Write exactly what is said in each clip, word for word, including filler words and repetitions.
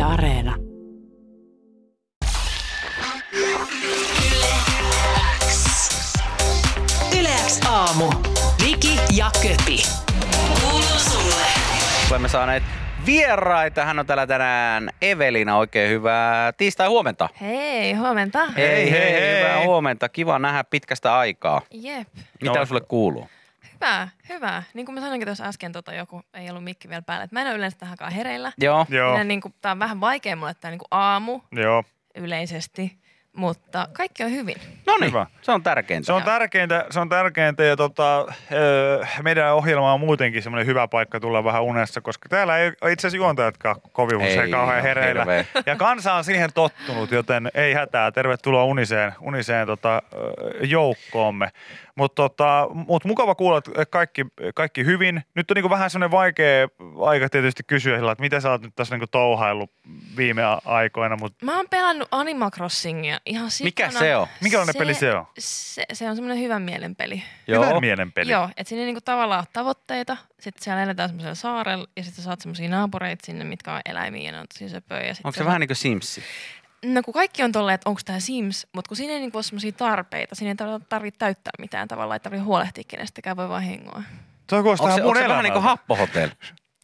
Yle Areena. Yle X aamu. Viki ja Köpi. Kuuluu sulle. Olemme saaneet vieraita. Hän on täällä tänään Evelina. Oikein hyvää tiistai huomenta. Hei, huomenta. Hei, hei, hei. Hyvää huomenta. Kiva nähdä pitkästä aikaa. Jep. Mitä No. sulle kuuluu? Hyvä, hyvä. Niin kuin mä sanoinkin tuossa äsken, tota, joku ei ollut mikki vielä päällä. Et mä en ole yleensä tähänkaan hereillä. Joo. Joo, Minä, niin kuin, tää on vähän vaikea mulle tää niin kuin aamu joo. yleisesti, mutta kaikki on hyvin. No niin, Hyvä. se on tärkeintä. Se on tärkeintä, se on tärkeintä ja tota, öö, meidän ohjelma on muutenkin semmoinen hyvä paikka tulla vähän unessa, koska täällä ei ole itse asiassa juontajatkaan kovin usein Ei kauhean oo hereillä. hirveä. Ja kansa on siihen tottunut, joten ei hätää. Tervetuloa uniseen, uniseen tota, öö, joukkoomme. Mutta tota, mut mukava kuulla, että kaikki, kaikki hyvin. Nyt on niinku vähän semmoinen vaikea aika tietysti kysyä, että mitä sä oot nyt tässä niinku touhaillut viime a- aikoina. Mut Mä oon pelannut Animal Crossingia ihan sikana. Mikä se on? minkälainen peli se on? Se, se on semmoinen hyvän mielen peli. Hyvän mielen peli. Joo, että siinä ei niinku tavallaan ole tavoitteita. Sitten siellä eletään semmoisella saarella ja sitten saat semmoisia naapureita sinne, mitkä on eläimiä ja ne on tosi söpöjä. Ja sit Onko se sä- vähän niin kuin Simsi? No kun kaikki on tolleen, että onko tämä Sims, mutta kun siinä ei niinku ole semmoisia tarpeita, siinä ei tarvitse täyttää mitään tavalla, ei tarvitse huolehtia kenestäkään, voi vaan hengoa. Tuo kuulostaa Onko se, mun onko se vähän elämältä. niin kuin happohotelli?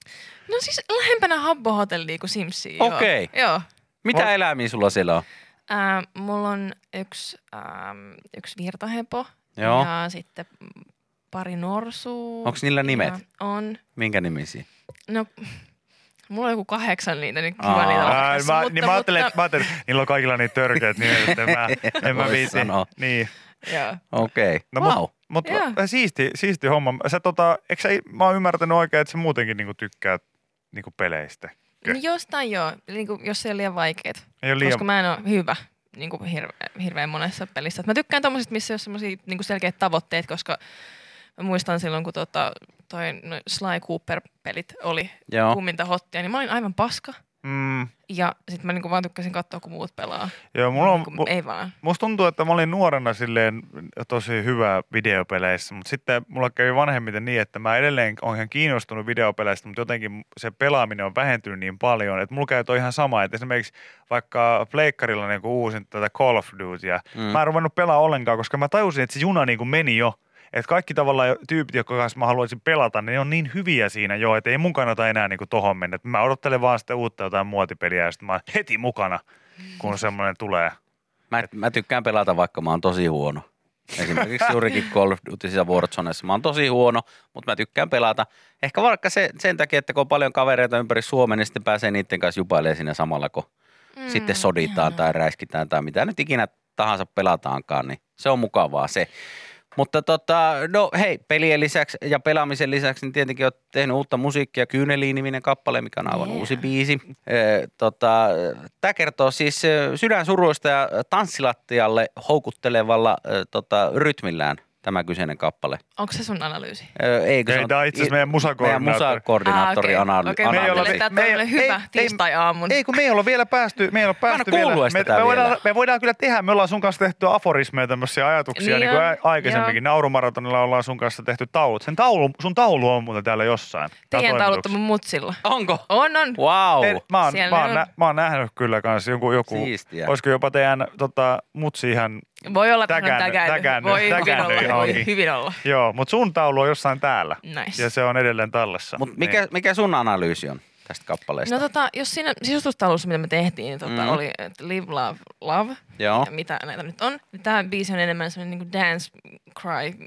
No siis lähempänä Habbo Hotellia kuin Simsia. joo. Okei. Joo. Mitä Ol- eläimiä sulla siellä on? Ää, mulla on yksi, ähm, yksi virtahepo Joo. ja sitten pari norsua. Onko niillä nimet? Ja on. Minkä nimisiä? No, mulla on joku kahdeksan niitä, niin kiva Aa. niitä olla Ää, tässä, mä, mutta, niin mä ajattelin, mutta, että, mä ajattelin, että niillä on kaikilla niitä törkeät nimet, että en mä, en mä Vois viiti. sanoa. Niin. joo. Okei. Okay. No, Wow. mut, mut Joo. siisti, siisti homma. Sä tota, eikö sä, mä oon ymmärtänyt oikein, että sä muutenkin niinku tykkäät niinku peleistä. Kyllä. No jostain joo, niin kuin, jos se on liian vaikeet. Ei ole liian... Koska mä en ole hyvä niin kuin hirveän, hirveän monessa pelissä. Et mä tykkään tommosista, missä ei ole semmosia niin kuin selkeät tavoitteet, koska mä muistan silloin, kun tota, toi no Sly Cooper-pelit oli Joo. kumminta hottia, niin mä olin aivan paska. Mm, Ja sit mä niinku vaan tykkäsin katsoa, kun muut pelaa. joo, mulla on, Niinku, mu, ei vaan. musta tuntuu, että mä olin nuorena silleen tosi hyvä videopeleissä, mutta sitten mulla kävi vanhemmiten niin, että mä edelleen olen ihan kiinnostunut videopeleistä, mutta jotenkin se pelaaminen on vähentynyt niin paljon, että mulla käy toi ihan sama, että esimerkiksi vaikka pleikkarilla niin uusin tätä Call of Dutya, Mm. mä en ruvennut pelaa ollenkaan, koska mä tajusin, että se juna niin kuin meni jo. Että kaikki tavallaan tyypit, jotka kanssa mä haluaisin pelata, niin ne on niin hyviä siinä jo, että ei mun kannata enää niinku tohon mennä. Et mä odottelen vaan sitten uutta jotain muotipeliä ja sitten mä oon heti mukana, kun semmoinen tulee. Mä, mä tykkään pelata, vaikka mä oon tosi huono. Esimerkiksi juurikin Call of Dutyssä ja Warzoneissa mä oon tosi huono, mutta mä tykkään pelata. Ehkä vaikka se, sen takia, että kun on paljon kavereita ympäri Suomen, niin sitten pääsee niiden kanssa jupailemaan siinä samalla, kun Mm, sitten soditaan ihanaa. tai räiskitään tai mitä nyt ikinä tahansa pelataankaan, niin se on mukavaa se. Mutta tota, no hei, pelien lisäksi ja pelaamisen lisäksi niin tietenkin olet tehnyt uutta musiikkia, Kyyneliin-niminen kappale, mikä on aivan Yeah. uusi biisi. E, tota, tämä kertoo siis e, sydänsuruista ja tanssilattialle houkuttelevalla e, tota, rytmillään tämä kyseinen kappale. Onko se sun analyysi? E, eikö Ei, se on- tää on itse asiassa meidän musakoordinaattori. Meidän musakoordinaattori Ah, anal- okei. Okei, mä Me ei olla- ajattelin, että me ei- tämä on hyvä ei- tiistai-aamun. Ei, kun me ei olla vielä päästy, me ei olla en ole päästy kuullut vielä. edes Me, tätä me, vielä. voidaan, me voidaan kyllä tehdä, me ollaan sun kanssa tehty aforismeja tämmöisiä ajatuksia, Niin niin, niin kuin on, a- aikaisemminkin. Naurumaratonilla ollaan sun kanssa tehty taulut. Sen taulu, sun taulu on muuten täällä jossain. Tää Teidän toimituksessa. taulutta mun mutsilla. Onko? On, on. Wow. Ei, mä, oon, Siellä mä, oon on. nä, mä oon nähnyt kyllä kanssa joku, joku Siistiä. olisiko jopa teidän tota, mutsi ihan, Voi olla, että hän on Täkännyt, täkännyt. täkännyt, Voi hyvin täkännyt olla. Voi johonkin. hyvin olla. joo, mutta sun taulu on jossain täällä. Nice. Ja se on edelleen tallessa. Mutta mikä, mikä sun analyysi on tästä kappaleesta? No tota, jos siinä sisustustaulussa, mitä me tehtiin, niin tota, Mm. oli että Live, Love, Love, Joo. ja mitä näitä nyt on, niin tämä biisi on enemmän semmoinen niinku dance, cry,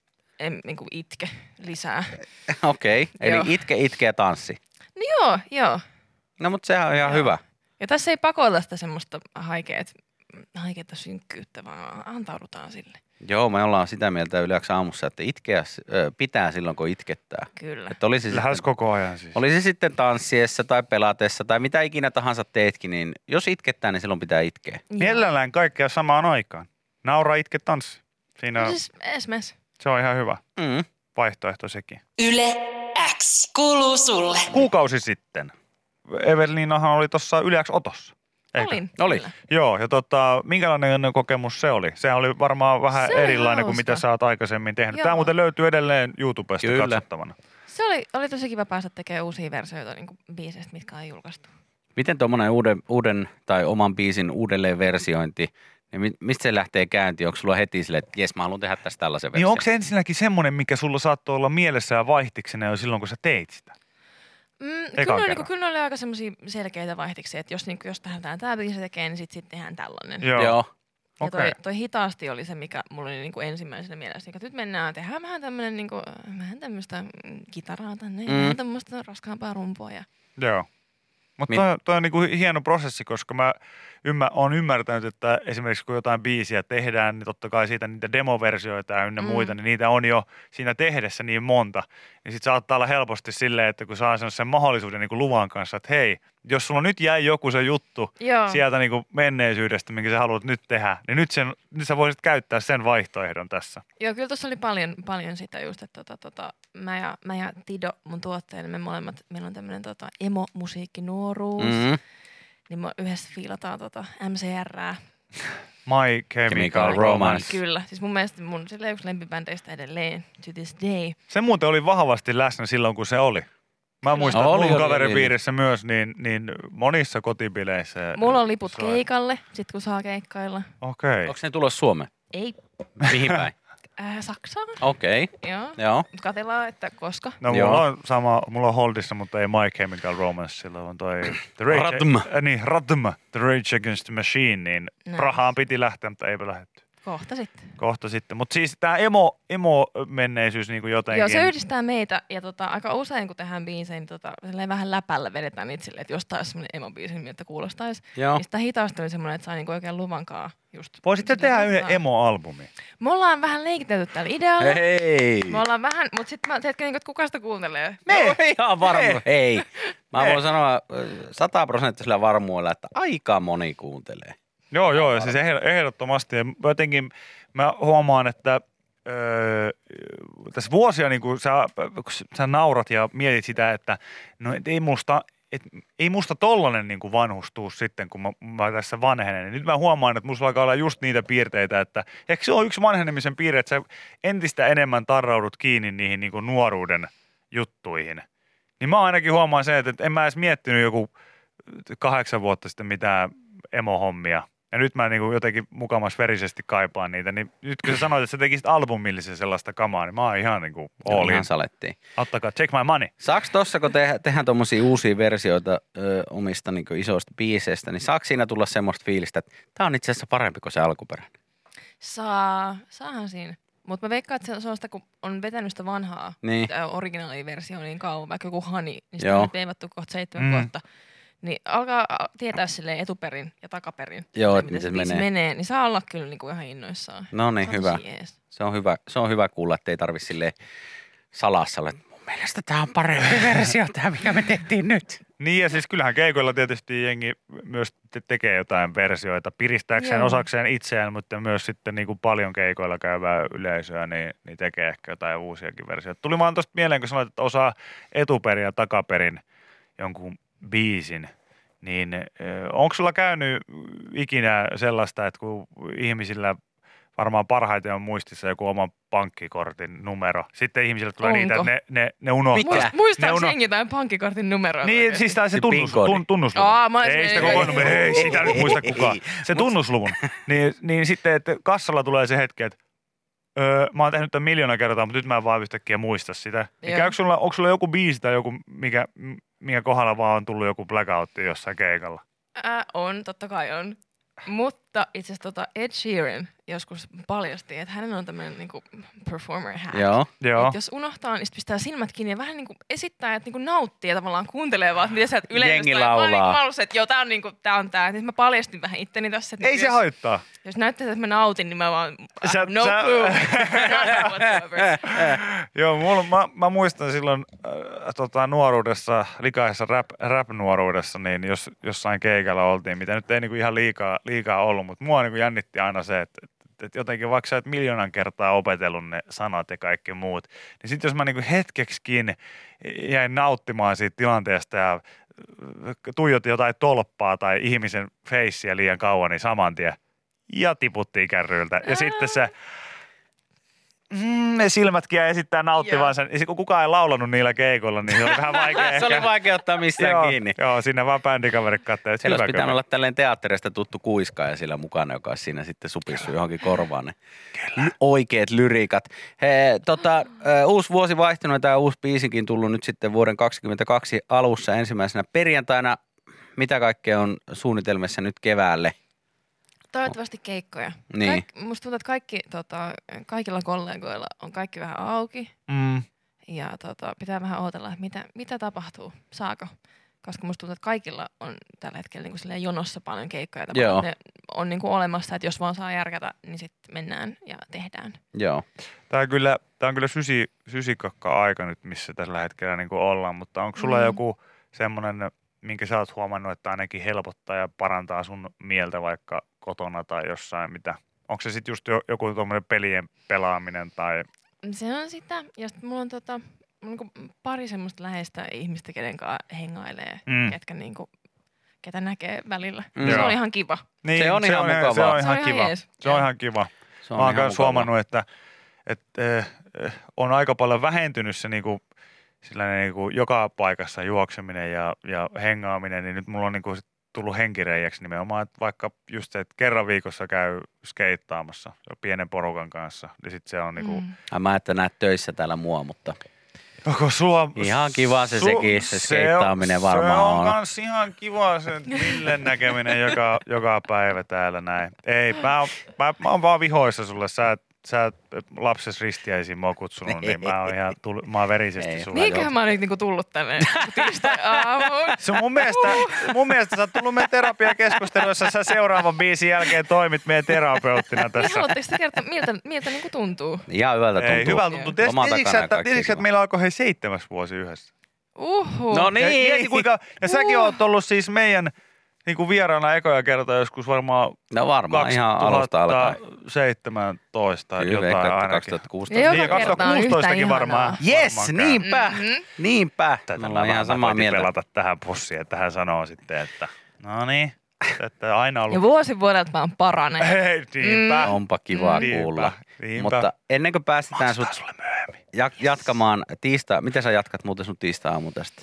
en, niinku itke lisää. Okei, okay. Eli Joo. itke, itke ja tanssi. No joo, joo. No mutta sehän on ihan Joo. hyvä. Ja tässä ei pakota sitä semmoista haikeet, haikeeta synkkyyttä, vaan antaudutaan sille. Joo, me ollaan sitä mieltä yleensä aamussa, että itkeä ö, pitää silloin, kun itkettää. Kyllä. Että olisi Lähes sitten, koko ajan siis. olisi sitten tanssiessa tai pelatessa tai mitä ikinä tahansa teetkin, niin jos itkettää, niin silloin pitää itkeä. Mielellään kaikkea samaan aikaan. Naura, itke, tanssi. Siinä No on, siis esimerkiksi. se on ihan hyvä Mm. vaihtoehto sekin. Yle X kuuluu sulle. Kuukausi sitten Evelinahan oli tuossa Yle X Otossa. Eikö? Olin. Oli. kyllä. Joo, ja tota, minkälainen kokemus se oli? Sehän oli varmaan vähän Se oli erilainen kuin hauska. mitä sä oot aikaisemmin tehnyt. Joo. Tämä muuten löytyy edelleen YouTubesta Kyllä. katsottavana. Se oli, oli tosi kiva päästä tekemään uusia versioita niin biiseistä, mitkä on julkaistu. Miten tuommoinen uuden, uuden tai oman biisin uudelleen versiointi, niin mi- mistä se lähtee käyntiin? Onko sulla heti silleen, että jes, mä haluan tehdä tästä tällaisen Niin version? onko se ensinnäkin semmoinen, mikä sulla saattoi olla mielessään vaihtiksena jo silloin, kun sä teit sitä? Mm, kyllä, Ekan ne, kerran. niinku, kyllä ne oli aika semmoisia selkeitä vaihdiksi, että jos, niinku, jos tähän tämä biisi tekee, niin sitten sit tehdään tällainen. Joo. Joo. Ja Okei. toi, toi hitaasti oli se, mikä mulla oli niinku ensimmäisenä mielessä. Niin, nyt mennään, tehdään vähän tämmönen, niinku, vähän tämmöistä mm, kitaraa tänne, Mm. mm. vähän tämmöistä raskaampaa rumpua. Ja... Joo. Mutta Mi- toi, toi on niinku hieno prosessi, koska mä ymmär, on ymmärtänyt, että esimerkiksi kun jotain biisiä tehdään, niin totta kai siitä niitä demoversioita ja ynnä Mm. muita, niin niitä on jo siinä tehdessä niin monta. Niin sit saattaa olla helposti silleen, että kun saa sen mahdollisuuden niinku luvan kanssa, että hei, jos sulla nyt jäi joku se juttu Joo. sieltä niinku menneisyydestä, minkä sä haluat nyt tehdä, niin nyt, sen, nyt sä voisit käyttää sen vaihtoehdon tässä. Joo, kyllä tuossa oli paljon, paljon sitä just, että tota, tota, mä, ja, mä ja Tido, mun tuottajana, me molemmat, meillä on tämmöinen tota, emo-musiikkinuoruus, Mm-hmm. niin me yhdessä fiilataan tota M C R:ää. My Chemical, Chemical Romance. Romance. Kyllä, siis mun mielestä mun silleen yksi lempibändeistä edelleen, to this day. Se muuten oli vahvasti läsnä silloin, kun se oli. Mä muistan, Oli, että mun oli, kaveripiirissä myös niin, niin monissa kotibileissä. Mulla on liput se oli. keikalle, sit kun saa keikkailla. Okei. Onko ne tulossa Suomeen? Ei, Mihin päin? äh, Saksaan, Okei, okay. joo. joo. Mut katsellaan, että koska. No Joo. mulla on sama, mulla on Holdissa, mutta ei My Chemical Romance, sillä on toi The Rage, Radm. Äh, niin, Radm, The Rage Against the Machine, niin Näin. Prahaan piti lähteä, mutta eipä lähdetty. Kohta sitten. Kohta sitten. Mutta siis tää emo, emo-menneisyys niin kuin jotenkin. Joo, se yhdistää meitä ja tota, aika usein kun tehdään biisejä, niin tota, vähän läpällä vedetään niitä silleen, että jostain olisi semmoinen emo-biisi, miltä kuulostaisi. Joo. Niin sitä hitaasti oli semmoinen, että sai niinku oikein luvankaa just. Voisitte sitä tehdä yhden kohtaa. emo-albumin. Me ollaan vähän leikitelty tällä idealla. Hei! Me ollaan vähän, mutta sitten mä, tiedätkö, niinku, että kuka sitä kuuntelee? Me! No, ihan varma. Me! Hei! Mä Me! voin sanoa sataprosenttisella varmuudella, että aika moni kuuntelee. Joo, joo, ja siis ehd- ehdottomasti. Ja jotenkin mä huomaan, että öö, tässä vuosia niin kun sä, kun sä naurat ja mietit sitä, että no et ei musta, et, ei musta tollanen niin kuin vanhustuu sitten, kun mä, mä tässä vanhenen. Niin nyt mä huomaan, että musta alkaa olla just niitä piirteitä, että ehkä se on yksi vanhenemisen piirre, että sä entistä enemmän tarraudut kiinni niihin niin kuin nuoruuden juttuihin. Niin mä ainakin huomaan sen, että en mä edes miettinyt joku kahdeksan vuotta sitten mitään emohommia. Ja nyt mä niinku jotenkin mukamas verisesti kaipaan niitä. Niin nyt kun sä sanoit, että sä tekisit albumillisen sellaista kamaa, niin mä oon ihan niinku Joo, all in. ihan salettiin. Ottakaa, take my money. Saaks tossa, kun te, tehdään tommosia uusia versioita ö, omista niin isoista biiseistä, niin saaks siinä tulla semmoista fiilistä, että tää on itse asiassa parempi kuin se alkuperäinen? Saa, saahan siinä. Mutta mä veikkaan, että se on sitä, kun on vetänyt sitä vanhaa Niin. ää, originaaliversiota niin kauan, vaikka joku Hani, niin sitä Joo. on peivattu kohta seitsemän Mm. vuotta. Niin alkaa tietää silleen etuperin ja takaperin, Joo, että että miten miten se se biisi menee. menee. Niin saa olla kyllä niinku ihan innoissaan. No niin, Se on hyvä. tosi jees. Se on hyvä, se on hyvä kuulla, että ei tarvi silleen salassa olla, että mun mielestä tää on parempi versio, tää mikä me tehtiin nyt. Niin ja siis kyllähän keikoilla tietysti jengi myös te- tekee jotain versioita piristääkseen Joo. osakseen itseään, mutta myös sitten niin kuin paljon keikoilla käyvää yleisöä, niin, niin tekee ehkä jotain uusiakin versioita. Tuli vaan tuosta mieleen, kun sanoit, että osaa etuperin ja takaperin jonkun biisin, niin onko sulla käynyt ikinä sellaista, että kun ihmisillä varmaan parhaiten on muistissa joku oma pankkikortin numero. Sitten ihmisille tulee Onko? niitä, että ne, ne, ne unohtaa. Mikä? Muist, muistaako Ne uno- jengi jotain pankkikortin numeroa? Niin, siis tää se Se tunnus, PIN-koodi. tun, tunnusluvun. Aa, mä ei olisin- sitä ei, koko ei, numero, ei sitä nyt muista kukaan. Se tunnusluvun. Niin, niin sitten, että kassalla tulee se hetki, että öö, mä oon tehnyt tämän miljoona kertaa, mutta nyt mä en vaan yhtäkkiä muista sitä. Niin Joo. käykö sulla, onko sulla joku biisi tai joku, mikä, mikä kohdalla vaan on tullut joku blackoutti jossain keikalla? Ää, on, totta kai on. Mutta itse asiassa tota Ed Sheeran joskus paljasti, että hänellä on tämmöinen niinku performer hack. Joo. Joo. Et jos unohtaa, niin sit pistää silmät kiinni ja vähän niinku esittää, että niinku nauttii ja tavallaan kuuntelee vaan, että mitä sieltä yleisöstä. Jengi Mä olin laulaa. niinku alussa, että joo, tää on niinku, tää on tää. Nyt mä paljastin vähän itteni tässä. että Ei niinku se jos, haittaa. Jos näyttää, että mä nautin, niin mä vaan, I Sä- have no sä- clue. None whatsoever. Joo, mulla, mä, mä muistan silloin äh, tota, nuoruudessa, likaisessa rap, rap-nuoruudessa, niin jos jossain keikalla oltiin, mitä nyt ei niinku ihan liikaa, liikaa ollut, mutta mua niinku jännitti aina se, että et, et jotenkin vaikka sä et miljoonan kertaa opetellut ne sanat ja kaikki muut, niin sitten jos mä niinku hetkeksikin jäin nauttimaan siitä tilanteesta ja äh, tuijotin jotain tolppaa tai ihmisen feissiä liian kauan, niin saman tien ja tiputtiin kärryiltä. Ja sitten se mm, ne silmätkin ja esittää nauttivansa. Ja kun kukaan ei laulanut niillä keikoilla, niin se oli vähän vaikea ehkä. Se oli vaikea ottaa mistään joo, kiinni. Joo, sinne vaan bändikaverit katsoo. Siellä olisi pitänyt olla tälleen teatterista tuttu kuiskaaja sillä mukana, joka olisi siinä sitten supissu johonkin korvaan ne l- oikeat lyriikat. He, tota, uusi vuosi vaihtunut ja tämä uusi biisikin tullut nyt sitten vuoden kaksikymmentäkaksi alussa ensimmäisenä perjantaina. Mitä kaikkea on suunnitelmissa nyt keväälle? Toivottavasti keikkoja. Niin. Kaik, musta tuntuu, että kaikki, tota, kaikilla kollegoilla on kaikki vähän auki. Mm. Ja tota, pitää vähän odotella, että mitä, mitä tapahtuu, saako. Koska musta tuntuu, että kaikilla on tällä hetkellä niin kuin jonossa paljon keikkoja. Joo. Ne on niin kuin olemassa, että jos vaan saa järkätä, niin sitten mennään ja tehdään. Joo. Tämä on kyllä, tämä on kyllä sysi, sysikakka-aika nyt, missä tällä hetkellä niin kuin ollaan. Mutta onko sulla Mm. joku semmoinen, minkä sä oot huomannut, että ainakin helpottaa ja parantaa sun mieltä vaikka kotona tai jossain, mitä? Onko se sitten just joku tuommoinen pelien pelaaminen tai... Se on sitä. Ja sitten mulla on, tota, mulla on niin pari semmoista läheistä ihmistä, kenen kanssa hengailee, Mm. ketkä niinku, ketä näkee välillä. Mm. Se Joo. on ihan kiva. Niin, Se on ihan Se mukavaa. on ihan Se on ihan kiva. jees. Se on Joo. ihan kiva. Se on Mä oon ihan myös mukavaa. huomannut, että, että äh, äh, on aika paljon vähentynyt se niinku, sellainen niinku joka paikassa juokseminen ja, ja hengaaminen, niin nyt mulla on niinku sit tullut henkireijäksi nimenomaan, että vaikka just se, että kerran viikossa käy skeittaamassa jo pienen porukan kanssa, niin sit se on niinku, Mm. Ai mä että näet töissä täällä mua, mutta Onko sulla... Ihan kiva se sekin, se skeittaaminen on, varmaan Se on on. kans ihan kiva se Millen näkeminen joka, joka päivä täällä näin. Ei, mä oon, mä, mä oon vaan vihoissa sulle. Sä et, sä et lapses ristiäisiin mua kutsunut, niin mä oon ihan tullut, mä oon verisesti Ei. sulle. Mihinköhän mä oon nyt niinku tullut tänne tiistai-aamuun? Se on mun mielestä, mun mielestä sä oot tullut meidän terapiakeskustelussa, sä seuraavan biisin jälkeen toimit meidän terapeuttina Niin tässä. haluatteko te kertoa, miltä, miltä niinku tuntuu? Ihan hyvältä tuntuu. Ei, hyvältä tuntuu. Ties- Loman Tiesitkö, takana että, kaikki tiesitkö, että kiva. meillä alkoi hei seitsemäs vuosi yhdessä? Uhu. No Ja niin. mieti, kuinka, ja säkin oot ollut siis meidän niin kuin vieraana ekoja kertaa joskus varmaan No varmaan ihan alusta alkaen. kaksituhattaseitsemäntoista tai Kyllä, jotain ehkä ainakin. kaksituhattakuusitoista. Joo. Niin, Joka ja kerta on yhtä kaksituhattakuusitoistakin ihanaa. varmaan. Yes, varmaan käy. niinpä, Mhm. niinpä. Tätä Me ollaan mä, ihan mä samaa koitin mieltä. pelata tähän pussiin, että hän sanoo sitten, että no niin, että aina Ja ollut. vuosi vuodelta vaan paranee. Hei, niinpä. Onpa kivaa Niinpä, kuulla. niinpä. Mutta ennen kuin päästetään sut Maksetaan sulle myöhemmin. ja- jatkamaan tiistai, miten sä jatkat muuten sun tiistai-aamu tästä?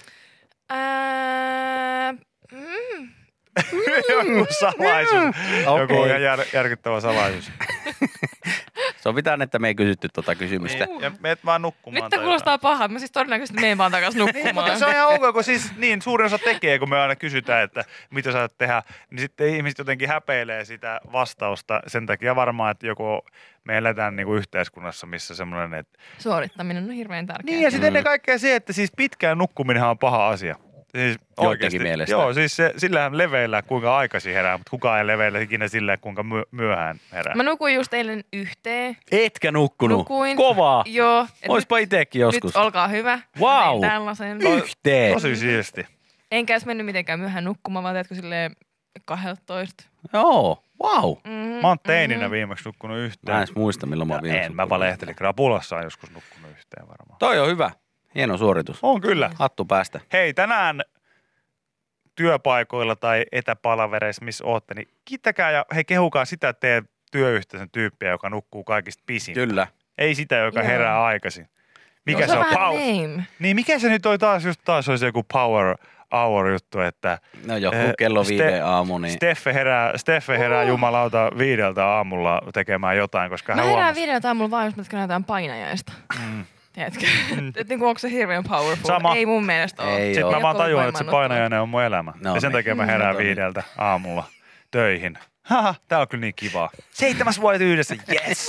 Ää, mm. Joku salaisuus. Joku Okei. ihan jär, järkyttävä salaisuus. Sovitaan, että me ei kysytty tuota kysymystä. Niin, ja meet vaan nukkumaan. Nyt tää tai kuulostaa pahalta. Mä siis todennäköisesti menen vaan takas Niin, mutta nukkumaan. se on ihan ok, kun siis niin suurin osa tekee, kun me aina kysytään, että mitä sä oot tehdä, niin sitten ihmiset jotenkin häpeilee sitä vastausta sen takia varmaan, että joku me eletään niin kuin yhteiskunnassa, missä semmoinen, että... Suorittaminen on hirveän tärkeää. Niin ja sitten ennen kaikkea se, että siis pitkään nukkuminenhan on paha asia. Siis oikeasti. mielestä. Joo, siis se, sillähän leveillään kuinka aikaisin herää, mutta kukaan ei leveillä ikinä silleen, kuinka myö, myöhään herää. Mä nukuin just eilen yhteen. Etkä nukkunut? Nukuin. Kovaa. Joo. et Oispa itekin nyt, joskus. nyt olkaa hyvä. Vau. Tein tällaisen. Yhteen. Tosi siisti. Enkä edes mennyt mitenkään myöhään nukkumaan, vaan teetkö silleen kaksitoista. Joo, wow. Mm-hmm. Mä oon teininä viimeksi nukkunut Mä en yhteen. edes muista, milloin mä oon viimeksi En, mä nukkunut. valehtelin. Krapulassa on joskus nukkunut yhteen varmaan. Toi on hyvä. Hieno suoritus. On kyllä. Hattu päästä. Hei, tänään työpaikoilla tai etäpalavereissa, missä ootte, niin kiittäkää ja hei, kehukaa sitä teidän työyhteisön tyyppiä, joka nukkuu kaikista pisin. Kyllä. Ei sitä, joka Joo. herää aikaisin. Mikä Joo, se, se on? on vähän Pow- lame. niin mikä se nyt oli taas, just taas olisi joku power hour juttu, että No joku Eh, kello Ste- viiden aamu, niin Steffe herää, Steffe herää Uh. jumalauta viideltä aamulla tekemään jotain, koska Mä hän herään huomasi. viideltä aamulla vaan, jos mä tehdään jotain painajaista. Mm. Tiedätkö? Et niinku onko se hirveän powerful? Sama. Ei mun mielestä ole. Ei Sitten oo. mä vaan Ei ole tajuan, että se kovin painajainen on mun elämä. No ja sen niin. takia mä Mm. herään No niin. viideltä aamulla töihin. Haha, tää on kyllä niin kivaa. Seitsemäs vuodet yhdessä, yes!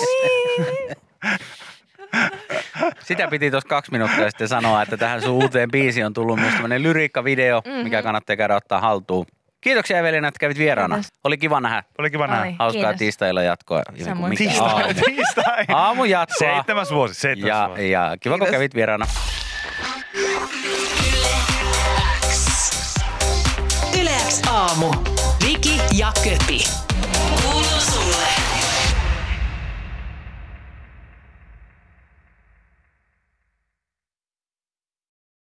sitä piti tuossa kaksi minuuttia sitten sanoa, että tähän sun uuteen biisiin on tullut myös tämmönen lyriikkavideo, Mhm. mikä kannattaa käydä ottaa haltuun. Kiitoksia Evelina, että kävit vieraana. Kiitos. Oli kiva nähdä. Oli kiva nähdä. Oli. Hauskaa Kiitos. tiistailla jatkoa. Samoin. Mikä Tiistai, aamu. tiistai. Aamu jatkoa. Seitsemäs vuosi, seitsemäs Ja, vuosi. ja kiva, kun Kiitos. kävit vieraana. Yle X aamu. Viki ja Köpi.